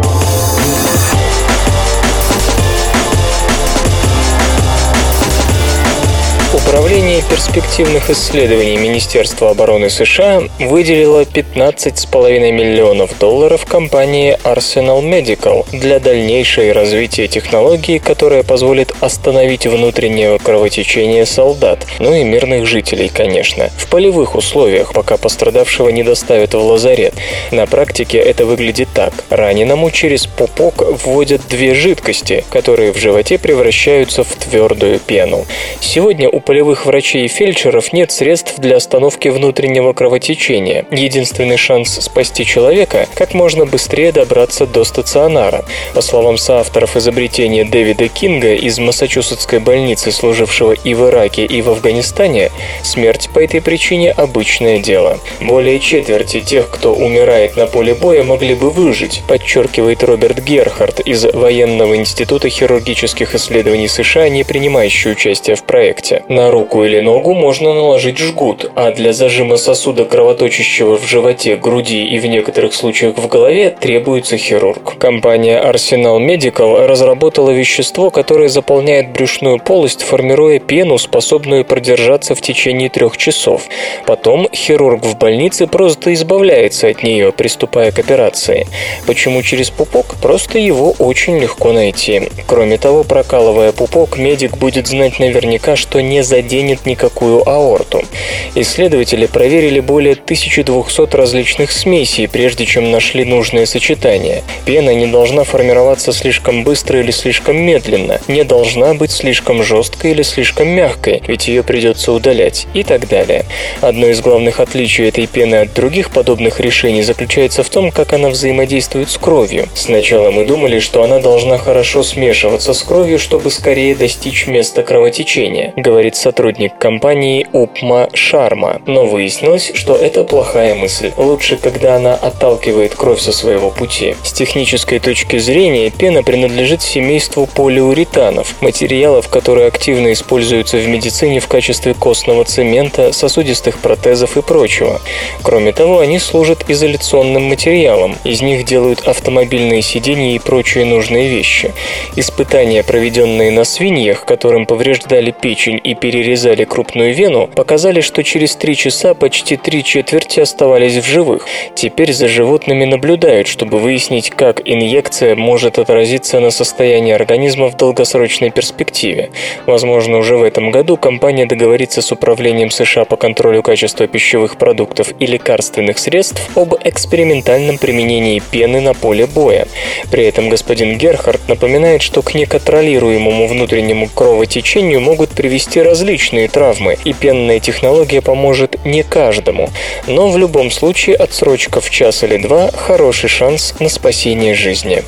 Управление перспективных исследований Министерства обороны США выделило пятнадцать целых пять десятых миллионов долларов компании Arsenal Medical для дальнейшего развития технологии, которая позволит остановить внутреннее кровотечение солдат, ну и мирных жителей, конечно, в полевых условиях, пока пострадавшего не доставят в лазарет. На практике это выглядит так. Раненому через пупок вводят две жидкости, которые в животе превращаются в твердую пену. Сегодня у полевых врачей и фельдшеров нет средств для остановки внутреннего кровотечения. Единственный шанс спасти человека – как можно быстрее добраться до стационара. По словам соавторов изобретения Дэвида Кинга из Массачусетской больницы, служившего и в Ираке, и в Афганистане, смерть по этой причине – обычное дело. Более четверти тех, кто умирает на поле боя, могли бы выжить, подчеркивает Роберт Герхард из Военного института хирургических исследований США, не принимающий участие в проекте. На руку или ногу можно наложить жгут, а для зажима сосуда, кровоточащего в животе, груди и в некоторых случаях в голове, требуется хирург. Компания Arsenal Medical разработала вещество, которое заполняет брюшную полость, формируя пену, способную продержаться в течение трех часов. Потом хирург в больнице просто избавляется от нее, приступая к операции. Почему через пупок? Просто его очень легко найти. Кроме того, прокалывая пупок, медик будет знать наверняка, что не заденет никакую аорту. Исследователи проверили более тысячи двухсот различных смесей, прежде чем нашли нужное сочетание. Пена не должна формироваться слишком быстро или слишком медленно, не должна быть слишком жесткой или слишком мягкой, ведь ее придется удалять, и так далее. Одно из главных отличий этой пены от других подобных решений заключается в том, как она взаимодействует с кровью. Сначала мы думали, что она должна хорошо смешиваться с кровью, чтобы скорее достичь места кровотечения, говорит сотрудник компании Упма Шарма. Но выяснилось, что это плохая мысль. Лучше, когда она отталкивает кровь со своего пути. С технической точки зрения, пена принадлежит семейству полиуретанов, материалов, которые активно используются в медицине в качестве костного цемента, сосудистых протезов и прочего. Кроме того, они служат изоляционным материалом. Из них делают автомобильные сиденья и прочие нужные вещи. Испытания, проведенные на свиньях, которым повреждали печень и перерезали крупную вену, показали, что через три часа почти три четверти оставались в живых. Теперь за животными наблюдают, чтобы выяснить, как инъекция может отразиться на состоянии организма в долгосрочной перспективе. Возможно, уже в этом году компания договорится с Управлением США по контролю качества пищевых продуктов и лекарственных средств об экспериментальном применении пены на поле боя. При этом господин Герхард напоминает, что к неконтролируемому внутреннему кровотечению могут привести различные травмы, и пенная технология поможет не каждому. Но в любом случае отсрочка в час или два – хороший шанс на спасение жизни.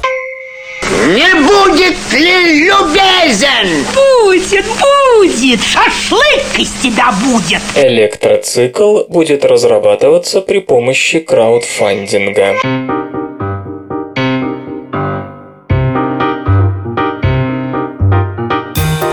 Не будет ли любезен? Будет, будет! Шашлык из тебя будет! Электроцикл будет разрабатываться при помощи краудфандинга.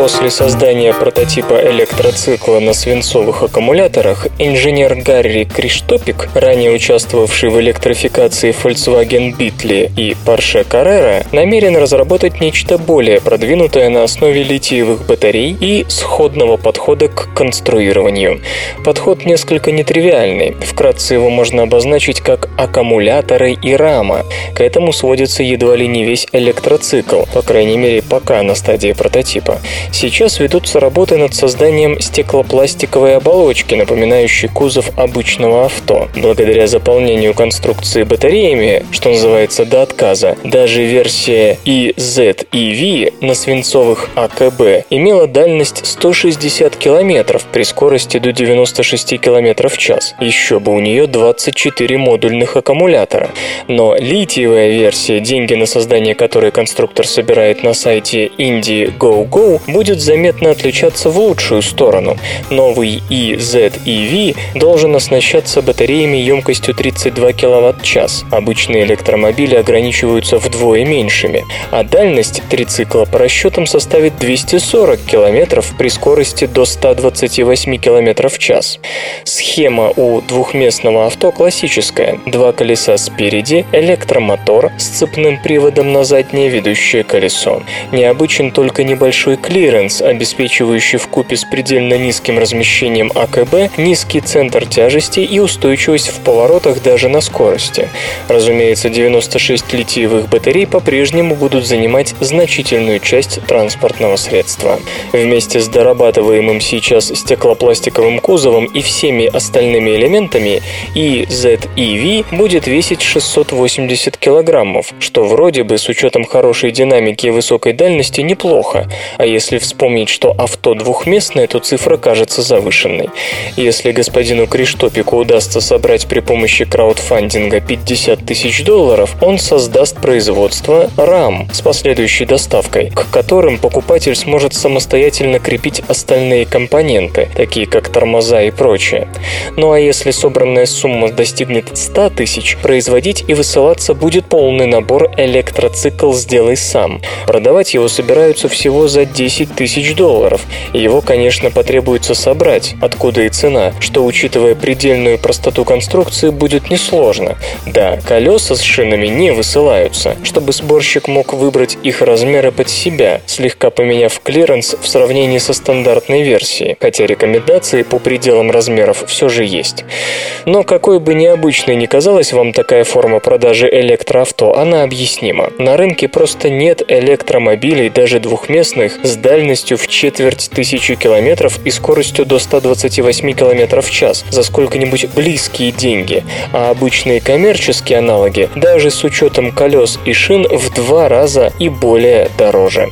После создания прототипа электроцикла на свинцовых аккумуляторах инженер Гарри Криштопик, ранее участвовавший в электрификации Volkswagen Beetle и Porsche Carrera, намерен разработать нечто более продвинутое на основе литиевых батарей и сходного подхода к конструированию. Подход несколько нетривиальный. Вкратце его можно обозначить как аккумуляторы и рама. К этому сводится едва ли не весь электроцикл, по крайней мере пока на стадии прототипа. Сейчас ведутся работы над созданием стеклопластиковой оболочки, напоминающей кузов обычного авто. Благодаря заполнению конструкции батареями, что называется до отказа, даже версия и зет и ви на свинцовых а ка бэ имела дальность сто шестьдесят километров при скорости до девяносто шесть километров в час. Еще бы у нее двадцать четыре модульных аккумулятора. Но литиевая версия, деньги на создание которой конструктор собирает на сайте Indiegogo, будет заметно отличаться в лучшую сторону. Новый и зет и ви должен оснащаться батареями емкостью тридцать два киловатт-час. Обычные электромобили ограничиваются вдвое меньшими, а дальность трицикла по расчетам составит двести сорок километров при скорости до ста двадцати восьми километров в час. Схема у двухместного авто классическая. Два колеса спереди, электромотор с цепным приводом на заднее ведущее колесо. Необычен только небольшой клиренс, обеспечивающий вкупе с предельно низким размещением а ка бэ низкий центр тяжести и устойчивость в поворотах даже на скорости. Разумеется, девяносто шесть литиевых батарей по-прежнему будут занимать значительную часть транспортного средства. Вместе с дорабатываемым сейчас стеклопластиковым кузовом и всеми остальными элементами и зет и ви будет весить шестьсот восемьдесят килограммов, что вроде бы с учетом хорошей динамики и высокой дальности неплохо, а если вспомнить, что авто двухместное, то цифра кажется завышенной. Если господину Криштопику удастся собрать при помощи краудфандинга пятьдесят тысяч долларов, он создаст производство рам с последующей доставкой, к которым покупатель сможет самостоятельно крепить остальные компоненты, такие как тормоза и прочее. Ну а если собранная сумма достигнет ста тысяч, производить и высылаться будет полный набор электроцикл «Сделай сам». Продавать его собираются всего за десять тысяч долларов, и его, конечно, потребуется собрать, откуда и цена, что, учитывая предельную простоту конструкции, будет несложно. Да, колеса с шинами не высылаются, чтобы сборщик мог выбрать их размеры под себя, слегка поменяв клиренс в сравнении со стандартной версией, хотя рекомендации по пределам размеров все же есть. Но какой бы необычной ни казалась вам такая форма продажи электроавто, она объяснима. На рынке просто нет электромобилей, даже двухместных, с дальностью в четверть тысячи километров и скоростью до ста двадцати восьми километров в час за сколько-нибудь близкие деньги, а обычные коммерческие аналоги, даже с учетом колес и шин, в два раза и более дороже.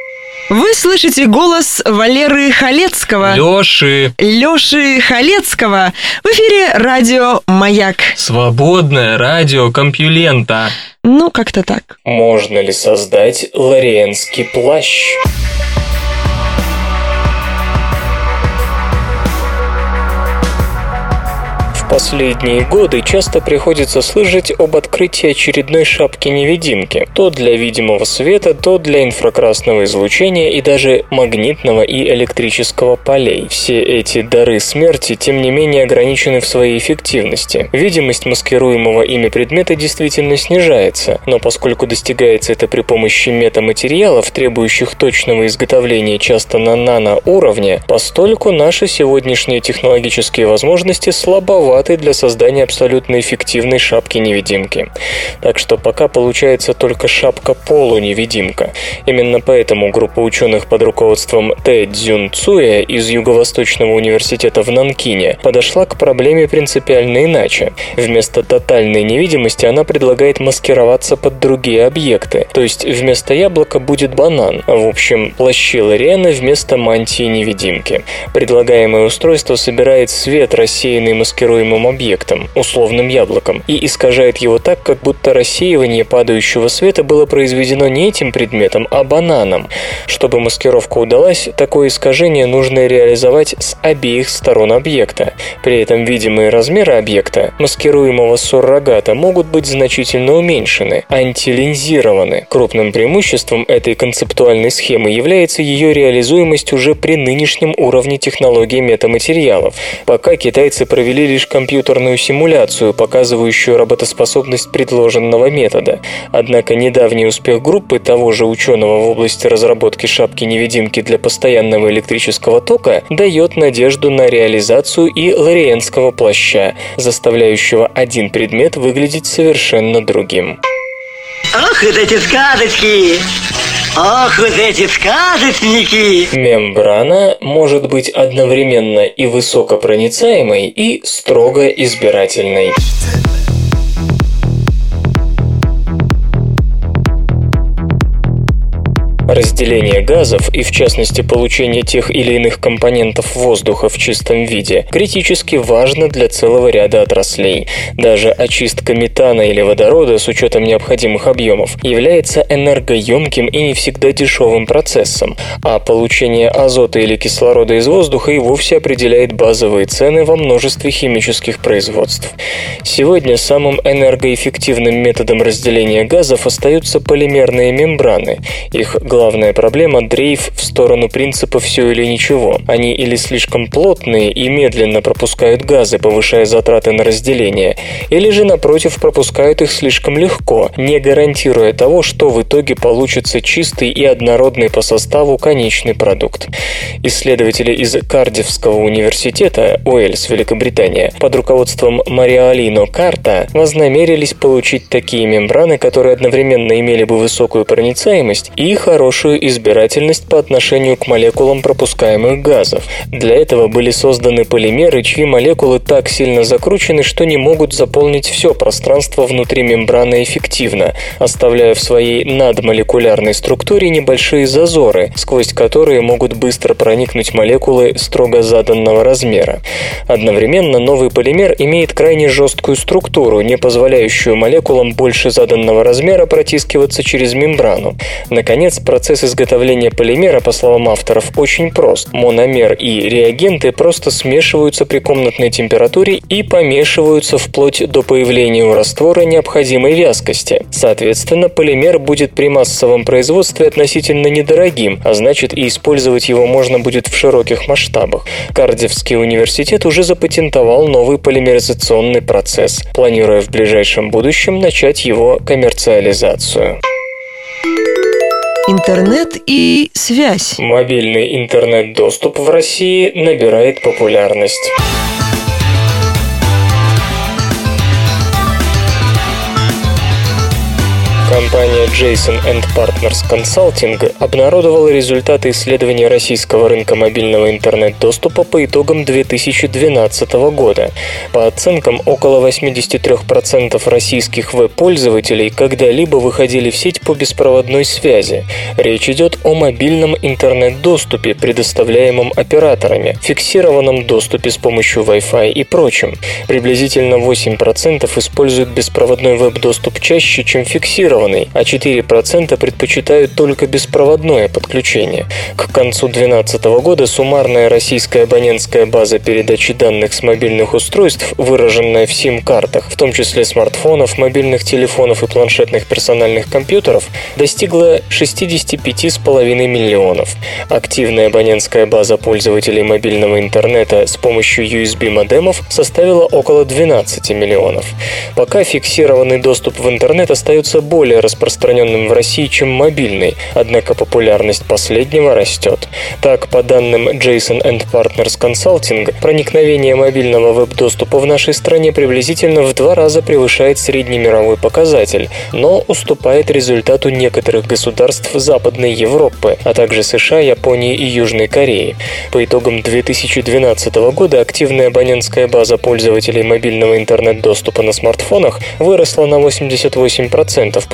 Вы слышите голос Валеры Халецкого. Лёши. Лёши Халецкого. В эфире радио «Маяк». Свободное радио Компьюлента. Ну, как-то так. Можно ли создать лориенский плащ? В последние годы часто приходится слышать об открытии очередной шапки-невидимки. То для видимого света, то для инфракрасного излучения и даже магнитного и электрического полей. Все эти дары смерти, тем не менее, ограничены в своей эффективности. Видимость маскируемого ими предмета действительно снижается, но поскольку достигается это при помощи метаматериалов, требующих точного изготовления часто на наноуровне, постольку наши сегодняшние технологические возможности слабоваты для создания абсолютно эффективной шапки-невидимки. Так что пока получается только шапка-полуневидимка. Именно поэтому группа ученых под руководством Тэ Цзюн Цуя из Юго-Восточного университета в Нанкине подошла к проблеме принципиально иначе. Вместо тотальной невидимости она предлагает маскироваться под другие объекты. То есть вместо яблока будет банан. В общем, плащи Лориэна вместо мантии-невидимки. Предлагаемое устройство собирает свет, рассеянный маскируемым мониторируемым объектом, условным яблоком, и искажает его так, как будто рассеивание падающего света было произведено не этим предметом, а бананом. Чтобы маскировка удалась, такое искажение нужно реализовать с обеих сторон объекта. При этом видимые размеры объекта, маскируемого суррогата, могут быть значительно уменьшены, антилинзированы. Крупным преимуществом этой концептуальной схемы является ее реализуемость уже при нынешнем уровне технологии метаматериалов. Пока китайцы провели лишь компьютерную симуляцию, показывающую работоспособность предложенного метода. Однако недавний успех группы того же ученого в области разработки шапки-невидимки для постоянного электрического тока дает надежду на реализацию и лориентского плаща, заставляющего один предмет выглядеть совершенно другим. Ох, вот эти сказочки! Ох, вот эти сказочники! Мембрана может быть одновременно и высокопроницаемой, и строго избирательной. Разделение газов и, в частности, получение тех или иных компонентов воздуха в чистом виде критически важно для целого ряда отраслей. Даже очистка метана или водорода с учетом необходимых объемов является энергоемким и не всегда дешевым процессом, а получение азота или кислорода из воздуха и вовсе определяет базовые цены во множестве химических производств. Сегодня самым энергоэффективным методом разделения газов остаются полимерные мембраны. Их главная проблема – дрейф в сторону принципа «все или ничего». Они или слишком плотные и медленно пропускают газы, повышая затраты на разделение, или же, напротив, пропускают их слишком легко, не гарантируя того, что в итоге получится чистый и однородный по составу конечный продукт. Исследователи из Кардифского университета, Уэльс, Великобритания, под руководством Мариолино Карта вознамерились получить такие мембраны, которые одновременно имели бы высокую проницаемость и хорошую избирательность по отношению к молекулам пропускаемых газов. Для этого были созданы полимеры, чьи молекулы так сильно закручены, что не могут заполнить все пространство внутри мембраны эффективно, оставляя в своей надмолекулярной структуре небольшие зазоры, сквозь которые могут быстро проникнуть молекулы строго заданного размера. Одновременно новый полимер имеет крайне жесткую структуру, не позволяющую молекулам больше заданного размера протискиваться через мембрану. Наконец, процесс изготовления полимера, по словам авторов, очень прост. Мономер и реагенты просто смешиваются при комнатной температуре и помешиваются вплоть до появления у раствора необходимой вязкости. Соответственно, полимер будет при массовом производстве относительно недорогим, а значит и использовать его можно будет в широких масштабах. Кардифский университет уже запатентовал новый полимеризационный процесс, планируя в ближайшем будущем начать его коммерциализацию. Интернет и связь. Мобильный интернет-доступ в России набирает популярность. Компания Джейсон энд Партнерс Consulting обнародовала результаты исследования российского рынка мобильного интернет-доступа по итогам две тысячи двенадцатого года. По оценкам, около восемьдесят три процента российских веб-пользователей когда-либо выходили в сеть по беспроводной связи. Речь идет о мобильном интернет-доступе, предоставляемом операторами, фиксированном доступе с помощью Wi-Fi и прочем. Приблизительно восемь процентов используют беспроводной веб-доступ чаще, чем фиксированный, а четыре процента предпочитают только беспроводное подключение. К концу две тысячи двенадцатого года суммарная российская абонентская база передачи данных с мобильных устройств, выраженная в сим-картах, в том числе смартфонов, мобильных телефонов и планшетных персональных компьютеров, достигла шестьдесят пять целых пять десятых миллионов. Активная абонентская база пользователей мобильного интернета с помощью ю эс би-модемов составила около двенадцать миллионов. Пока фиксированный доступ в интернет остается более распространенным в России, чем мобильный, однако популярность последнего растет. Так, по данным Джейсон энд Партнерс Consulting, проникновение мобильного веб-доступа в нашей стране приблизительно в два раза превышает средний мировой показатель, но уступает результату некоторых государств Западной Европы, а также США, Японии и Южной Кореи. По итогам две тысячи двенадцатого года активная абонентская база пользователей мобильного интернет-доступа на смартфонах выросла на восемьдесят восемь процентов по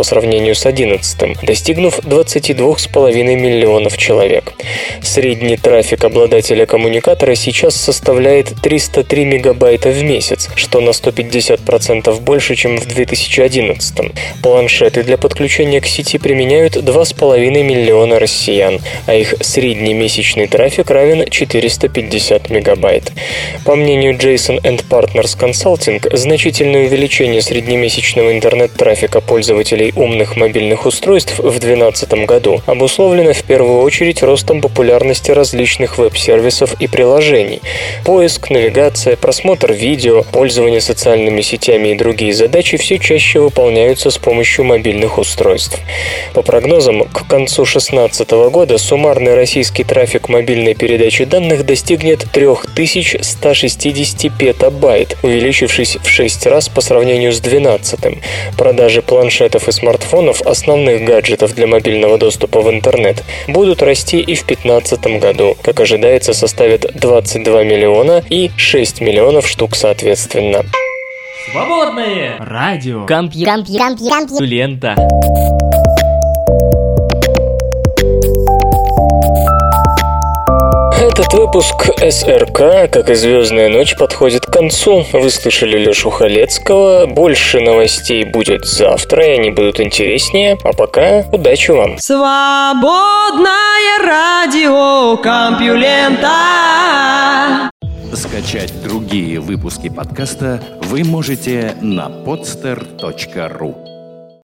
по сравнению с одиннадцатым, достигнув двадцати двух с половиной миллионов человек. Средний трафик обладателя коммуникатора сейчас составляет триста три мегабайта в месяц, что на сто пятьдесят процентов больше, чем в две тысячи одиннадцатом. Планшеты для подключения к сети применяют два с половиной миллиона россиян, а их средний месячный трафик равен четыреста пятьдесят мегабайт. По мнению Jason энд Partners Consulting, значительное увеличение среднемесячного интернет-трафика пользователей умных мобильных устройств в две тысячи двенадцатом году обусловлено в первую очередь ростом популярности различных веб-сервисов и приложений. Поиск, навигация, просмотр видео, пользование социальными сетями и другие задачи все чаще выполняются с помощью мобильных устройств. По прогнозам, к концу две тысячи шестнадцатого года суммарный российский трафик мобильной передачи данных достигнет три тысячи сто шестьдесят петабайт, увеличившись в шесть раз по сравнению с две тысячи двенадцатым. Продажи планшетов и смартфонов, основных гаджетов для мобильного доступа в интернет, будут расти и в две тысячи пятнадцатом году, как ожидается, составят двадцать два миллиона и шесть миллионов штук соответственно. Свободное радио. Компью... Компью... Компью... Компью... Лента. Этот выпуск эс эр ка, как и «Звездная ночь», подходит к концу. Вы слышали Лешу Халецкого. Больше новостей будет завтра, и они будут интереснее. А пока удачи вам. Свободное радио Компьюлента. Скачать другие выпуски подкаста вы можете на podster точка ру.